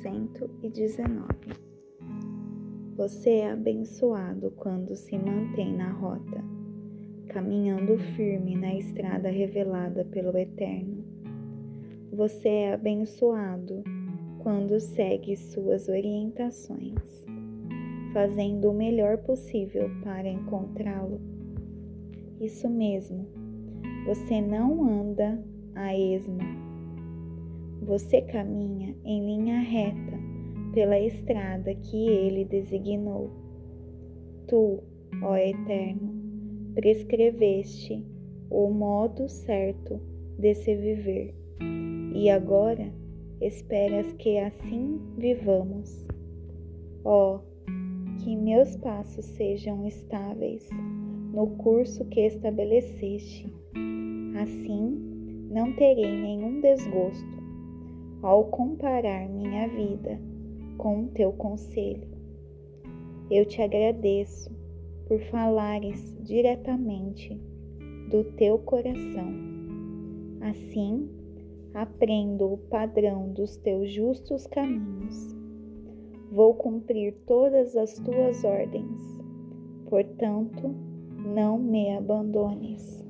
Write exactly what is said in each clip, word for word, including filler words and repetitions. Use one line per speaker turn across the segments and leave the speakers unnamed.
cento e dezenove. Você é abençoado quando se mantém na rota, caminhando firme na estrada revelada pelo Eterno. Você é abençoado quando segue suas orientações, fazendo o melhor possível para encontrá-lo. Isso mesmo, você não anda a esmo. Você caminha em linha reta pela estrada que ele designou. Tu, ó Eterno, prescreveste o modo certo de se viver, e agora esperas que assim vivamos. Ó, que meus passos sejam estáveis no curso que estabeleceste. Assim, não terei nenhum desgosto ao comparar minha vida com o teu conselho. Eu te agradeço por falares diretamente do teu coração. Assim, aprendo o padrão dos teus justos caminhos. Vou cumprir todas as tuas ordens, portanto, não me abandones.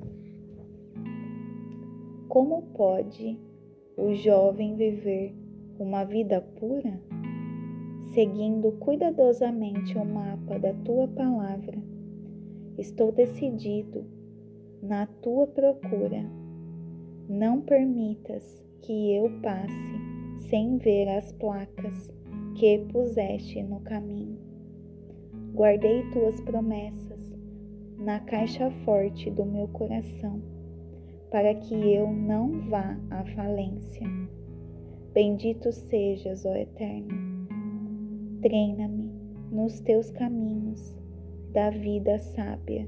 Como pode o jovem viver uma vida pura? Seguindo cuidadosamente o mapa da tua palavra, estou decidido na tua procura. Não permitas que eu passe sem ver as placas que puseste no caminho. Guardei tuas promessas na caixa forte do meu coração, para que eu não vá à falência. Bendito sejas, ó Eterno. Treina-me nos teus caminhos da vida sábia.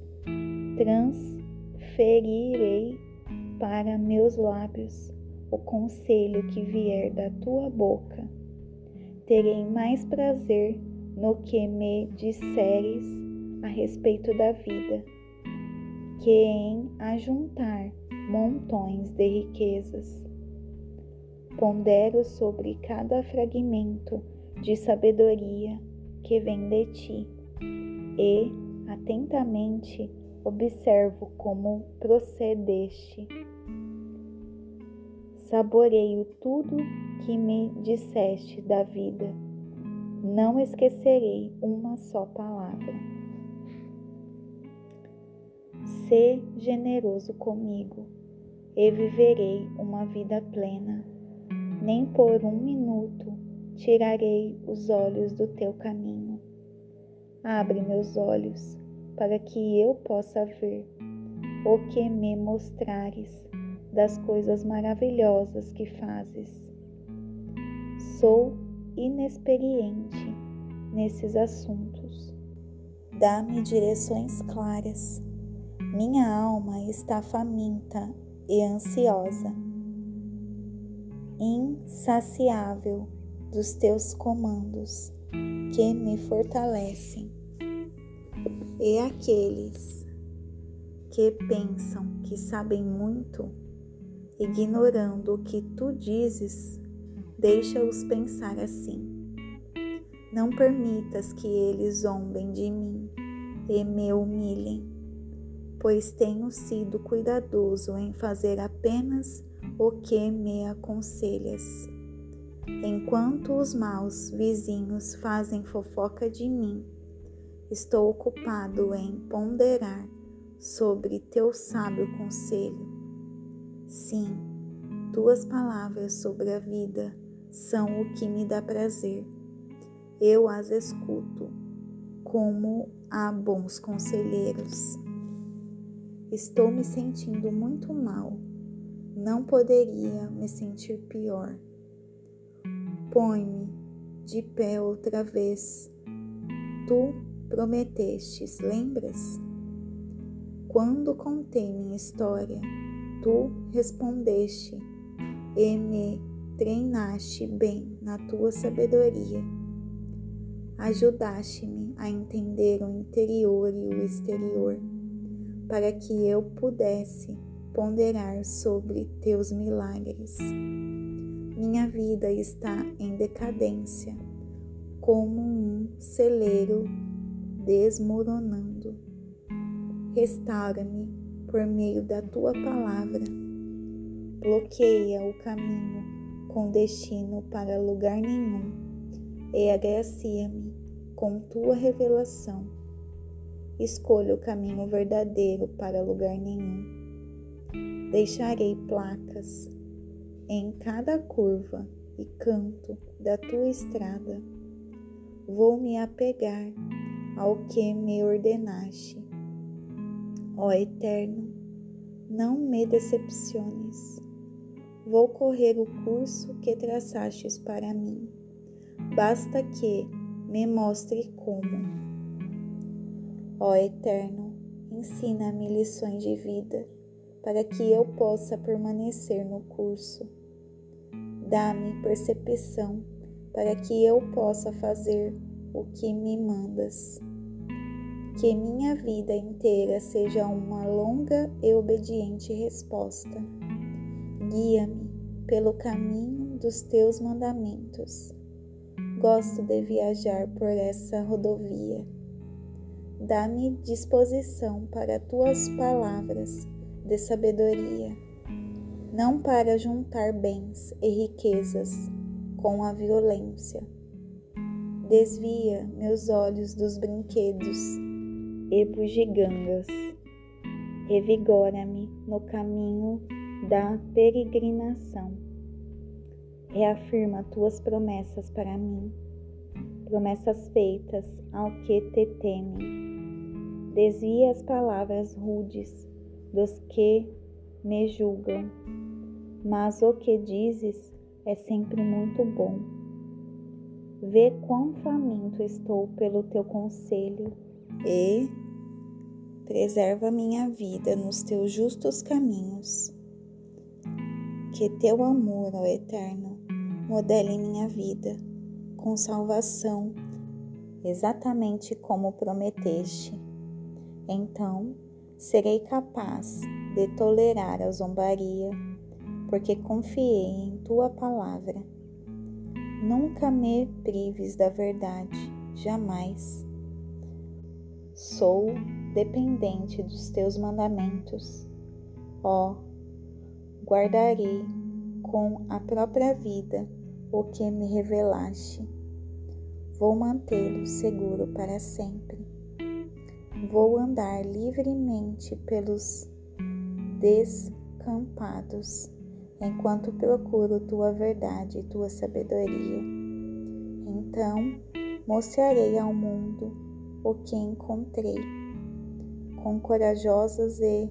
Transferirei para meus lábios o conselho que vier da tua boca. Terei mais prazer no que me disseres a respeito da vida, que em ajuntar montões de riquezas. Pondero sobre cada fragmento de sabedoria que vem de ti, e atentamente observo como procedeste. Saboreio tudo que me disseste da vida, não esquecerei uma só palavra. Sê generoso comigo, e viverei uma vida plena. Nem por um minuto tirarei os olhos do teu caminho. Abre meus olhos, para que eu possa ver o que me mostrares das coisas maravilhosas que fazes. Sou inexperiente nesses assuntos. Dá-me direções claras. Minha alma está faminta e ansiosa, insaciável dos teus comandos que me fortalecem. E aqueles que pensam que sabem muito, ignorando o que tu dizes, deixa-os pensar assim. Não permitas que eles zombem de mim e me humilhem, pois tenho sido cuidadoso em fazer apenas o que me aconselhas. Enquanto os maus vizinhos fazem fofoca de mim, estou ocupado em ponderar sobre teu sábio conselho. Sim, tuas palavras sobre a vida são o que me dá prazer. Eu as escuto como a bons conselheiros. Estou me sentindo muito mal. Não poderia me sentir pior. Põe-me de pé outra vez. Tu prometestes, lembras? Quando contei minha história, tu respondeste e me treinaste bem na tua sabedoria. Ajudaste-me a entender o interior e o exterior, para que eu pudesse ponderar sobre teus milagres. minha vida está em decadência, como um celeiro desmoronando. Restaura-me por meio da tua palavra. Bloqueia o caminho com destino para lugar nenhum e agracia-me com tua revelação. Escolha o caminho verdadeiro para lugar nenhum. Deixarei placas em cada curva e canto da tua estrada. Vou me apegar ao que me ordenaste. Ó Eterno, não me decepciones. Vou correr o curso que traçastes para mim. Basta que me mostre como. Ó Eterno, ensina-me lições de vida, para que eu possa permanecer no curso. Dá-me percepção, para que eu possa fazer o que me mandas. Que minha vida inteira seja uma longa e obediente resposta. Guia-me pelo caminho dos teus mandamentos. Gosto de viajar por essa rodovia. Dá-me disposição para tuas palavras de sabedoria, não para juntar bens e riquezas com a violência. Desvia meus olhos dos brinquedos e bugigangas. Revigora-me no caminho da peregrinação. Reafirma tuas promessas para mim, promessas feitas ao que te temem. Desvia as palavras rudes dos que me julgam, mas o que dizes é sempre muito bom. Vê quão faminto estou pelo teu conselho e preserva minha vida nos teus justos caminhos. Que teu amor, ó Eterno, modele minha vida com salvação, exatamente como prometeste. Então, serei capaz de tolerar a zombaria, porque confiei em tua palavra. Nunca me prives da verdade, jamais. Sou dependente dos teus mandamentos. Ó, guardarei com a própria vida o que me revelaste. Vou mantê-lo seguro para sempre. Vou andar livremente pelos descampados, enquanto procuro tua verdade e tua sabedoria. Então, mostrarei ao mundo o que encontrei, com corajosas e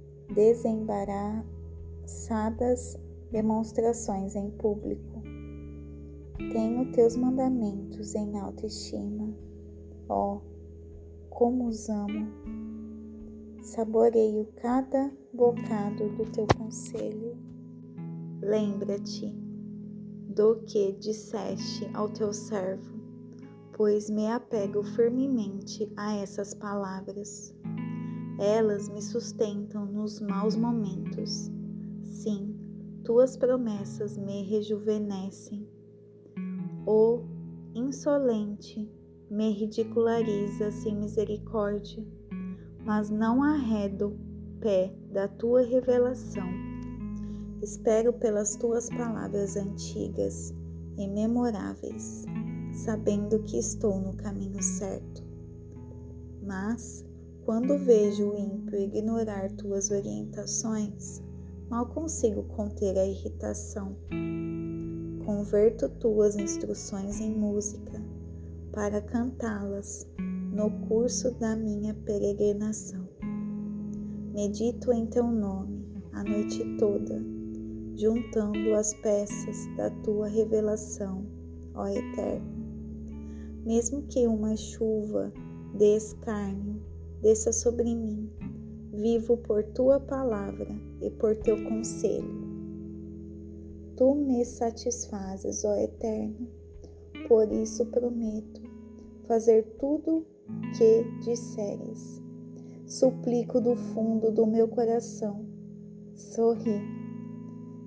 desembaraçadas demonstrações em público. Tenho teus mandamentos em alta estima. Ó, como os amo! Saboreio cada bocado do teu conselho. Lembra-te do que disseste ao teu servo, pois me apego firmemente a essas palavras. Elas me sustentam nos maus momentos. Sim, tuas promessas me rejuvenescem. O insolente me ridiculariza sem misericórdia, mas não arredo pé da tua revelação. Espero pelas tuas palavras antigas e memoráveis, sabendo que estou no caminho certo. Mas, quando vejo o ímpio ignorar tuas orientações, mal consigo conter a irritação. Converto tuas instruções em música, para cantá-las no curso da minha peregrinação. Medito em teu nome a noite toda, juntando as peças da tua revelação, ó Eterno. Mesmo que uma chuva de escárnio desça sobre mim, vivo por tua palavra e por teu conselho. Tu me satisfazes, ó Eterno, por isso prometo fazer tudo que disseres. Suplico do fundo do meu coração, sorri.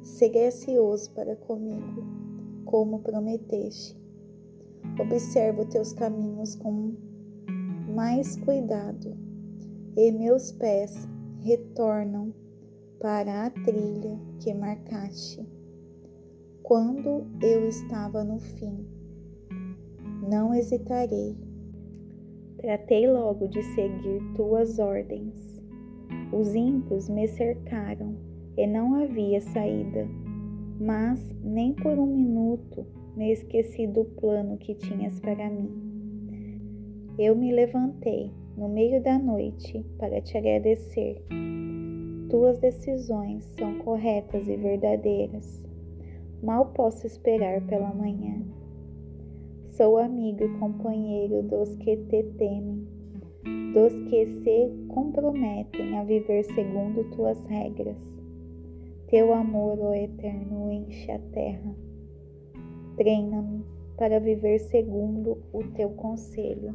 Sê gracioso para comigo, como prometeste. Observo teus caminhos com mais cuidado, e meus pés retornam para a trilha que marcaste. Quando eu estava no fim, não hesitarei. Tratei logo de seguir tuas ordens. Os ímpios me cercaram e não havia saída, mas nem por um minuto me esqueci do plano que tinhas para mim. Eu me levantei no meio da noite para te agradecer. Tuas decisões são corretas e verdadeiras. Mal posso esperar pela manhã. Sou amigo e companheiro dos que te temem, dos que se comprometem a viver segundo tuas regras. Teu amor, ó Eterno, enche a terra. Treina-me para viver segundo o teu conselho.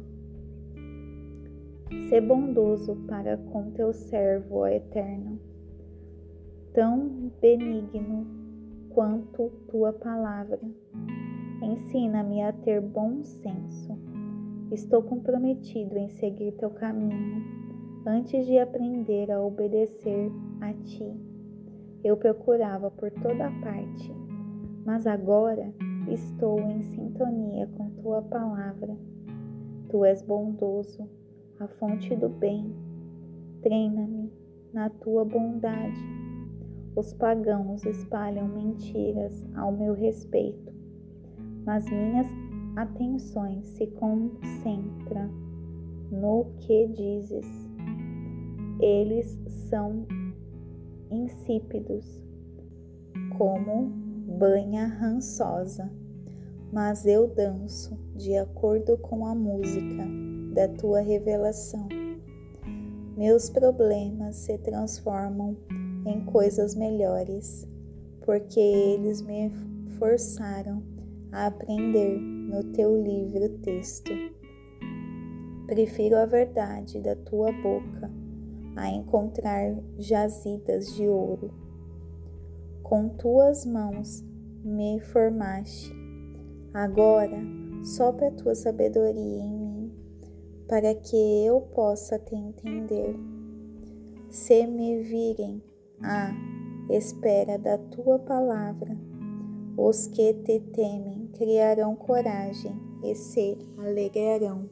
Sê bondoso para com teu servo, ó Eterno, tão benigno quanto tua palavra. Ensina-me a ter bom senso. Estou comprometido em seguir teu caminho, antes de aprender a obedecer a ti. Eu procurava por toda parte, mas agora estou em sintonia com tua palavra. Tu és bondoso, a fonte do bem. Treina-me na tua bondade. Os pagãos espalham mentiras ao meu respeito, mas minhas atenções se concentram no que dizes. Eles são insípidos, como banha rançosa, mas eu danço de acordo com a música da tua revelação. Meus problemas se transformam em coisas melhores, porque eles me forçaram a aprender no teu livro texto. Prefiro a verdade da tua boca a encontrar jazidas de ouro. Com tuas mãos me formaste. Agora sopra a tua sabedoria em mim, para que eu possa te entender. Se me virem à espera da tua palavra, os que te temem criarão coragem e se alegrarão.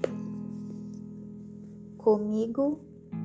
Comigo,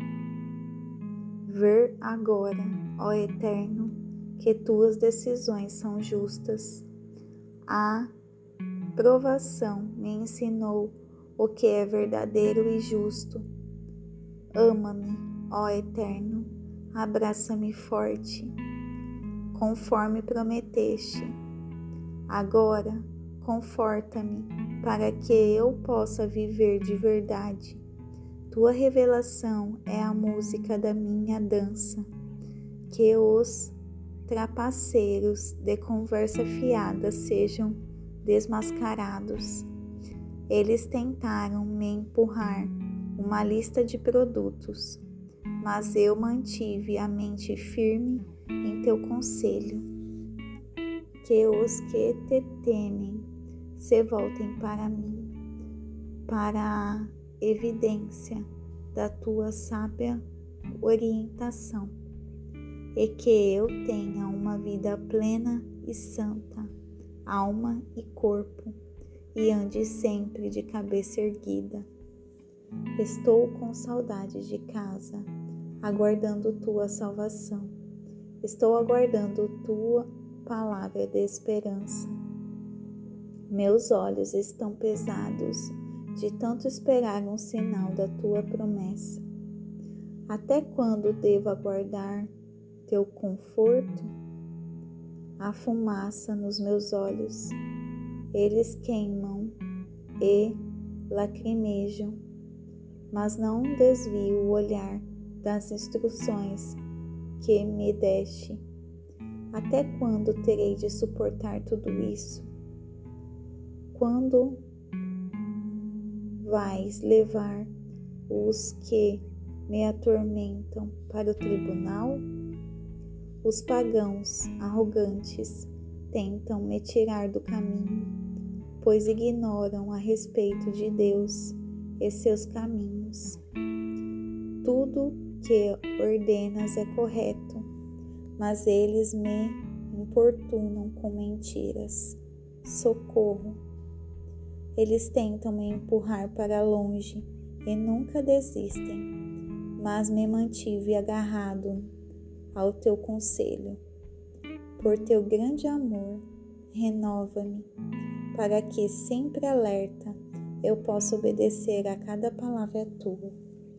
ver agora, ó Eterno, que tuas decisões são justas. A provação me ensinou o que é verdadeiro e justo. Ama-me, ó Eterno, abraça-me forte, conforme prometeste. Agora, conforta-me para que eu possa viver de verdade. Tua revelação é a música da minha dança. Que os trapaceiros de conversa fiada sejam desmascarados. Eles tentaram me empurrar uma lista de produtos, mas eu mantive a mente firme em teu conselho. Que os que te temem se voltem para mim, para a evidência da tua sábia orientação, e que eu tenha uma vida plena e santa, alma e corpo, e ande sempre de cabeça erguida. Estou com saudade de casa, aguardando tua salvação. Estou aguardando tua palavra de esperança. Meus olhos estão pesados de tanto esperar um sinal da tua promessa. Até quando devo aguardar teu conforto? A fumaça nos meus olhos, eles queimam e lacrimejam, mas não desvio o olhar das instruções que me deste. Até quando terei de suportar tudo isso? Quando vais levar os que me atormentam para o tribunal? Os pagãos arrogantes tentam me tirar do caminho, pois ignoram a respeito de Deus e seus caminhos. Tudo que ordenas é correto, mas eles me importunam com mentiras. Socorro! Eles tentam me empurrar para longe e nunca desistem, mas me mantive agarrado ao teu conselho. Por teu grande amor, renova-me, para que, sempre alerta, eu possa obedecer a cada palavra tua.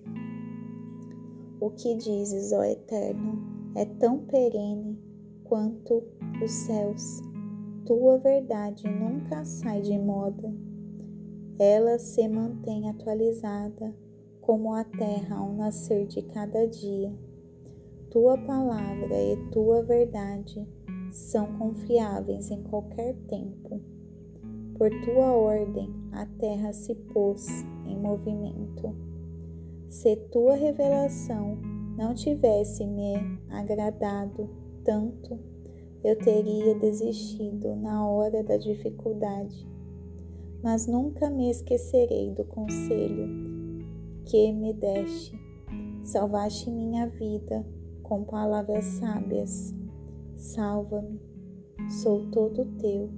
O que dizes, ó Eterno, é tão perene quanto os céus. Tua verdade nunca sai de moda. Ela se mantém atualizada como a terra ao nascer de cada dia. Tua palavra e tua verdade são confiáveis em qualquer tempo. Por tua ordem, a terra se pôs em movimento. Se tua revelação não tivesse me agradado tanto, eu teria desistido na hora da dificuldade. Mas nunca me esquecerei do conselho que me deste. Salvaste minha vida com palavras sábias. Salva-me, sou todo teu.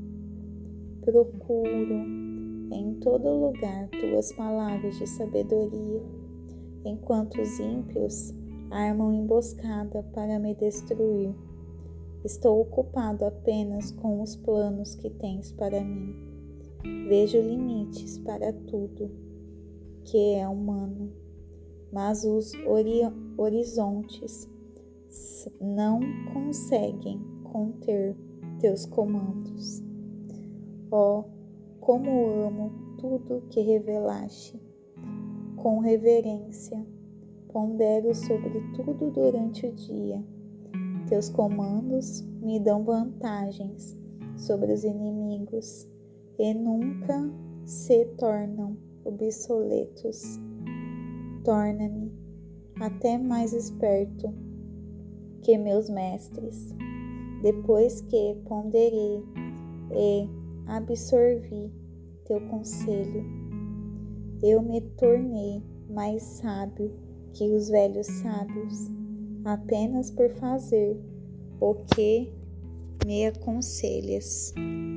Procuro em todo lugar tuas palavras de sabedoria, enquanto os ímpios armam emboscada para me destruir. Estou ocupado apenas com os planos que tens para mim. Vejo limites para tudo que é humano, mas os ori- horizontes não conseguem conter teus comandos. Ó, como amo tudo que revelaste. Com reverência, pondero sobre tudo durante o dia. Teus comandos me dão vantagens sobre os inimigos e nunca se tornam obsoletos. Torna-me até mais esperto que meus mestres. Depois que ponderei e absorvi teu conselho, eu me tornei mais sábio que os velhos sábios, apenas por fazer o que me aconselhas.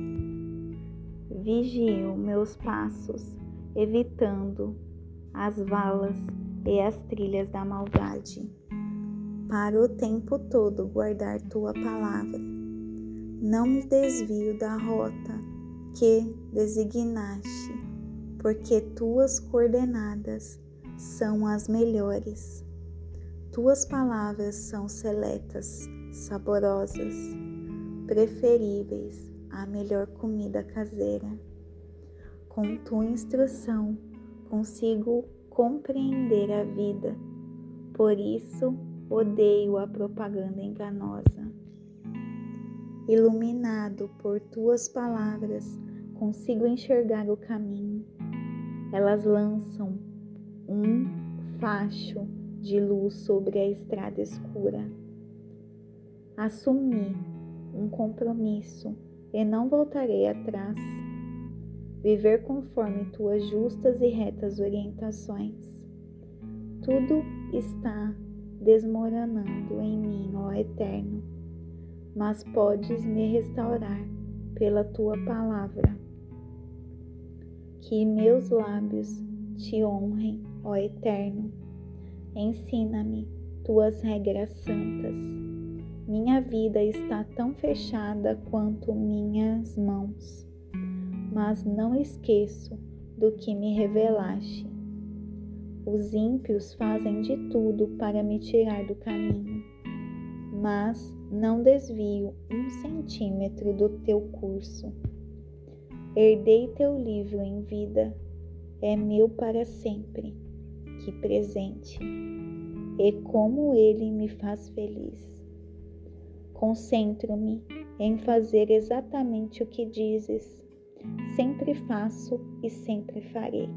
Vigio meus passos, evitando as valas e as trilhas da maldade, para o tempo todo guardar tua palavra. Não me desvio da rota que designaste, porque tuas coordenadas são as melhores. Tuas palavras são seletas, saborosas, preferíveis à melhor comida caseira. Com tua instrução consigo compreender a vida, por isso odeio a propaganda enganosa. Iluminado por tuas palavras, consigo enxergar o caminho. Elas lançam um facho de luz sobre a estrada escura. Assumi um compromisso e não voltarei atrás. Viver conforme tuas justas e retas orientações. Tudo está desmoronando em mim, ó Eterno, mas podes me restaurar pela tua palavra. Que meus lábios te honrem, ó Eterno. Ensina-me tuas regras santas. Minha vida está tão fechada quanto minhas mãos, mas não esqueço do que me revelaste. Os ímpios fazem de tudo para me tirar do caminho, mas não desvio um centímetro do teu curso. Herdei teu livro em vida, é meu para sempre. Que presente! E como ele me faz feliz. Concentro-me em fazer exatamente o que dizes. Sempre faço e sempre farei.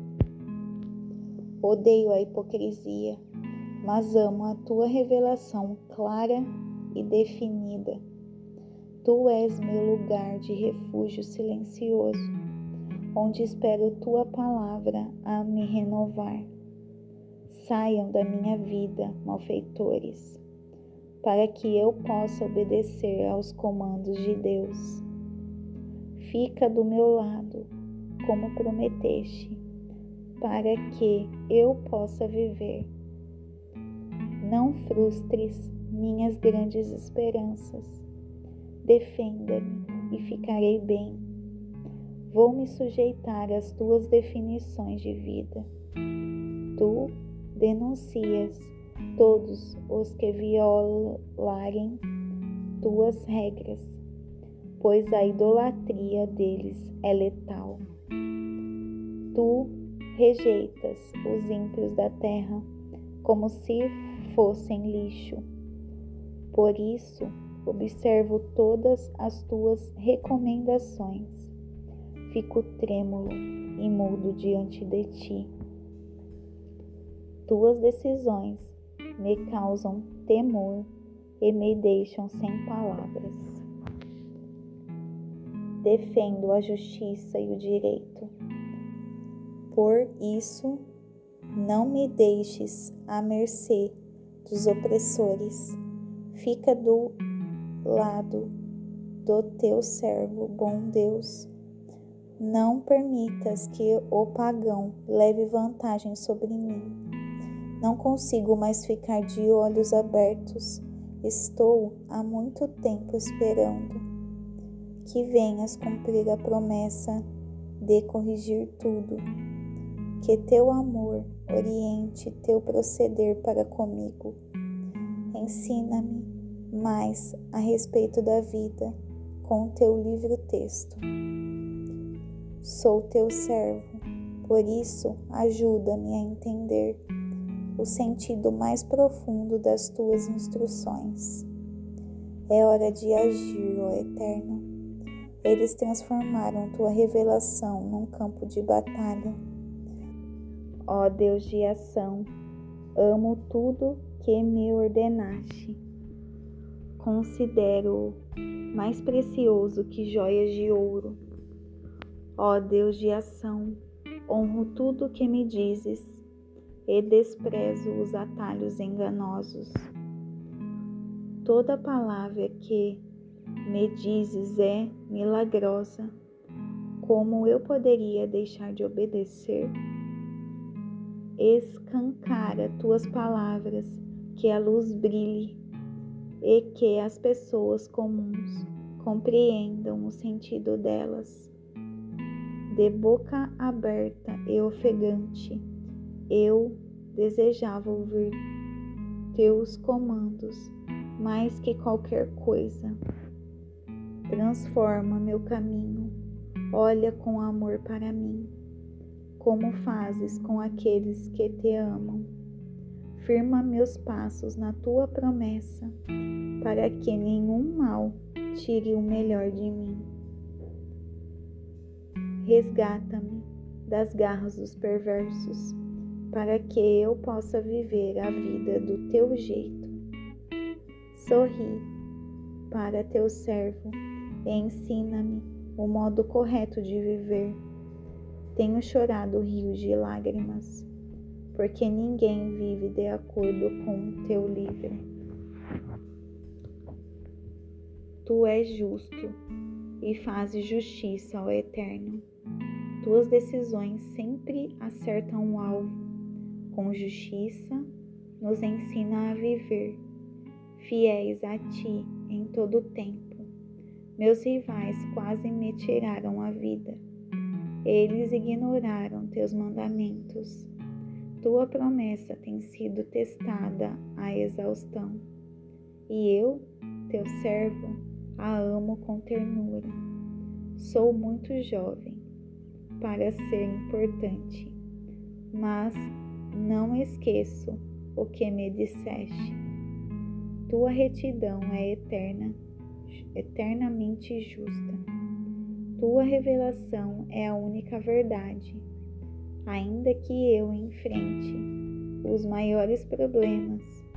Odeio a hipocrisia, mas amo a tua revelação clara e definida. Tu és meu lugar de refúgio silencioso, onde espero tua palavra a me renovar. Saiam da minha vida, malfeitores, para que eu possa obedecer aos comandos de Deus. Fica do meu lado, como prometeste, para que eu possa viver. Não frustres minhas grandes esperanças. Defenda-me e ficarei bem. Vou me sujeitar às tuas definições de vida. Tu denuncias todos os que violarem tuas regras, pois a idolatria deles é letal. Tu rejeitas os ímpios da terra como se fossem lixo. Por isso, observo todas as tuas recomendações. Fico trêmulo e mudo diante de ti. Tuas decisões me causam temor e me deixam sem palavras. Defendo a justiça e o direito. Por isso, não me deixes à mercê dos opressores. Fica do lado do teu servo, bom Deus. Não permitas que o pagão leve vantagem sobre mim. Não consigo mais ficar de olhos abertos. Estou há muito tempo esperando que venhas cumprir a promessa de corrigir tudo. Que teu amor oriente teu proceder para comigo. Ensina-me mais a respeito da vida com teu livro texto. Sou teu servo, por isso ajuda-me a entender o sentido mais profundo das tuas instruções. É hora de agir, ó Eterno. Eles transformaram tua revelação num campo de batalha. Ó Deus de ação, amo tudo que me ordenaste. Considero-o mais precioso que joias de ouro. Ó Deus de ação, honro tudo que me dizes e desprezo os atalhos enganosos. Toda palavra que me dizes é milagrosa. Como eu poderia deixar de obedecer? Escancara tuas palavras, que a luz brilhe e que as pessoas comuns compreendam o sentido delas. De boca aberta e ofegante, eu desejava ouvir teus comandos mais que qualquer coisa. Transforma meu caminho, olha com amor para mim, como fazes com aqueles que te amam. Firma meus passos na tua promessa, para que nenhum mal tire o melhor de mim. Resgata-me das garras dos perversos, para que eu possa viver a vida do teu jeito. Sorri para teu servo e ensina-me o modo correto de viver. Tenho chorado rios de lágrimas, porque ninguém vive de acordo com o teu livro. Tu és justo e fazes justiça, ó Eterno. Tuas decisões sempre acertam o alvo. Com justiça, nos ensina a viver, fiéis a ti em todo o tempo. Meus rivais quase me tiraram a vida. Eles ignoraram teus mandamentos. Tua promessa tem sido testada à exaustão. E eu, teu servo, a amo com ternura. Sou muito jovem para ser importante, mas não esqueço o que me disseste. Tua retidão é eterna, eternamente justa. Tua revelação é a única verdade. Ainda que eu enfrente os maiores problemas,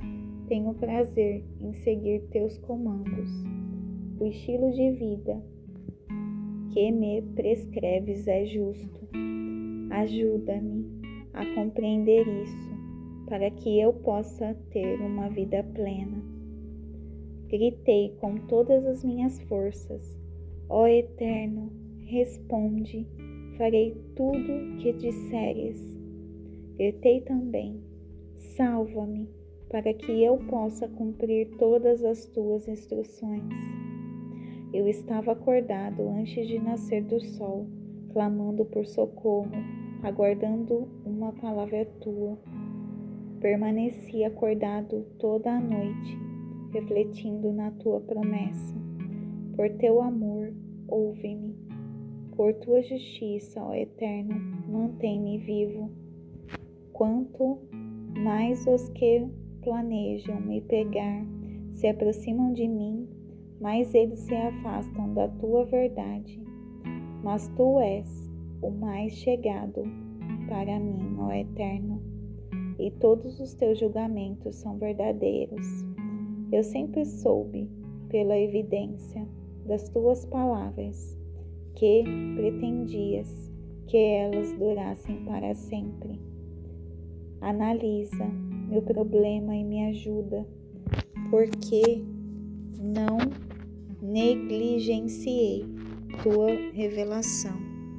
tenho prazer em seguir teus comandos. O estilo de vida que me prescreves é justo. Ajuda-me a compreender isso, para que eu possa ter uma vida plena. Gritei com todas as minhas forças: ó Eterno, responde, farei tudo que disseres. Gritei também: salva-me, para que eu possa cumprir todas as tuas instruções. Eu estava acordado antes de nascer do sol, clamando por socorro, aguardando uma palavra tua. Permaneci acordado toda a noite, refletindo na tua promessa. Por teu amor, ouve-me. Por tua justiça, ó Eterno, mantém-me vivo. Quanto mais os que planejam me pegar se aproximam de mim, mais eles se afastam da tua verdade. Mas tu és o mais chegado para mim, ó Eterno, e todos os teus julgamentos são verdadeiros. Eu sempre soube, pela evidência das tuas palavras, que pretendias que elas durassem para sempre. Analisa meu problema e me ajuda, porque não negligenciei tua revelação.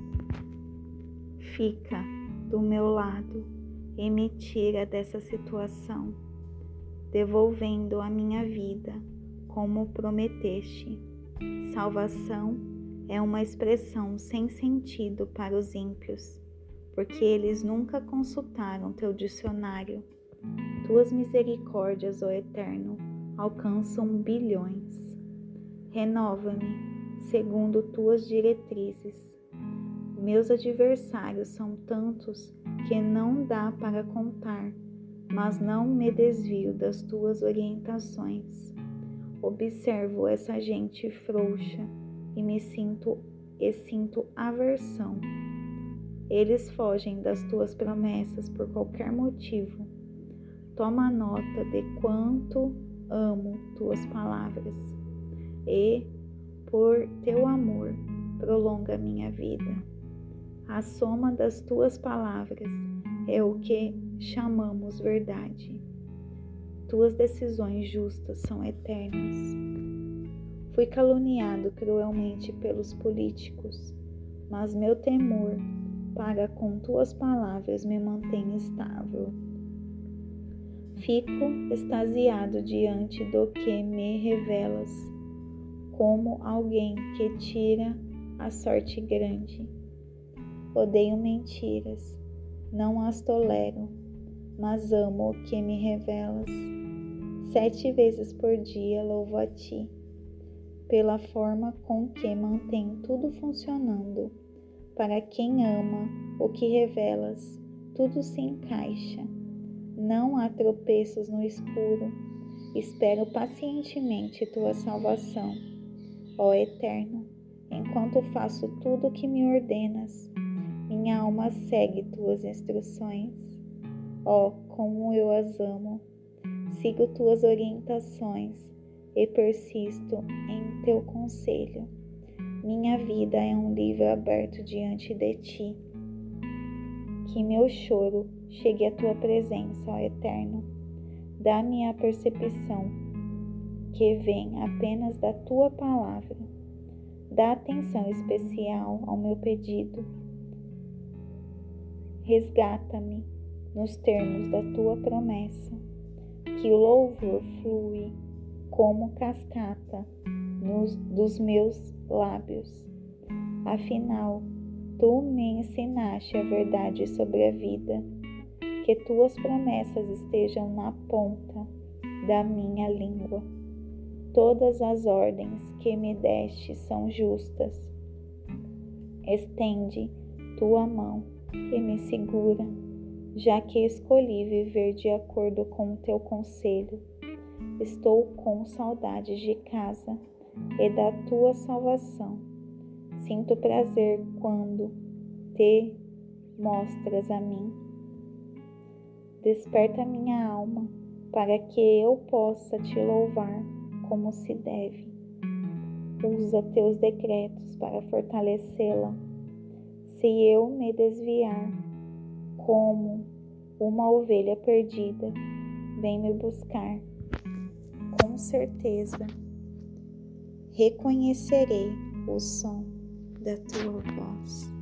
Fica do meu lado e me tira dessa situação, devolvendo a minha vida como prometeste. Salvação é uma expressão sem sentido para os ímpios, porque eles nunca consultaram teu dicionário. Tuas misericórdias, ó Eterno, alcançam bilhões. Renova-me segundo tuas diretrizes. Meus adversários são tantos que não dá para contar, mas não me desvio das tuas orientações. Observo essa gente frouxa e me sinto e sinto aversão. Eles fogem das tuas promessas por qualquer motivo. Toma nota de quanto amo tuas palavras e, por teu amor, prolonga minha vida. A soma das tuas palavras é o que chamamos verdade. Tuas decisões justas são eternas. Fui caluniado cruelmente pelos políticos, mas meu temor para com tuas palavras me mantém estável. Fico extasiado diante do que me revelas, como alguém que tira a sorte grande. Odeio mentiras, não as tolero, mas amo o que me revelas. Sete vezes por dia louvo a ti, pela forma com que mantém tudo funcionando. Para quem ama o que revelas, tudo se encaixa. Não há tropeços no escuro. Espero pacientemente tua salvação, ó Eterno, enquanto faço tudo o que me ordenas. Minha alma segue tuas instruções. Ó, como eu as amo! Sigo tuas orientações e persisto em teu conselho. Minha vida é um livro aberto diante de ti. Que meu choro chegue à tua presença, ó Eterno. Dá-me a percepção que vem apenas da tua palavra. Dá atenção especial ao meu pedido. Resgata-me nos termos da tua promessa. Que o louvor flui como cascata nos, dos meus lábios. Afinal, tu me ensinaste a verdade sobre a vida. Que tuas promessas estejam na ponta da minha língua. Todas as ordens que me deste são justas. Estende tua mão e me segura, já que escolhi viver de acordo com o teu conselho. Estou com saudades de casa e da tua salvação. Sinto prazer quando te mostras a mim. Desperta minha alma para que eu possa te louvar como se deve. Usa teus decretos para fortalecê-la. Se eu me desviar como uma ovelha perdida, vem me buscar. Com certeza, reconhecerei o som da tua voz.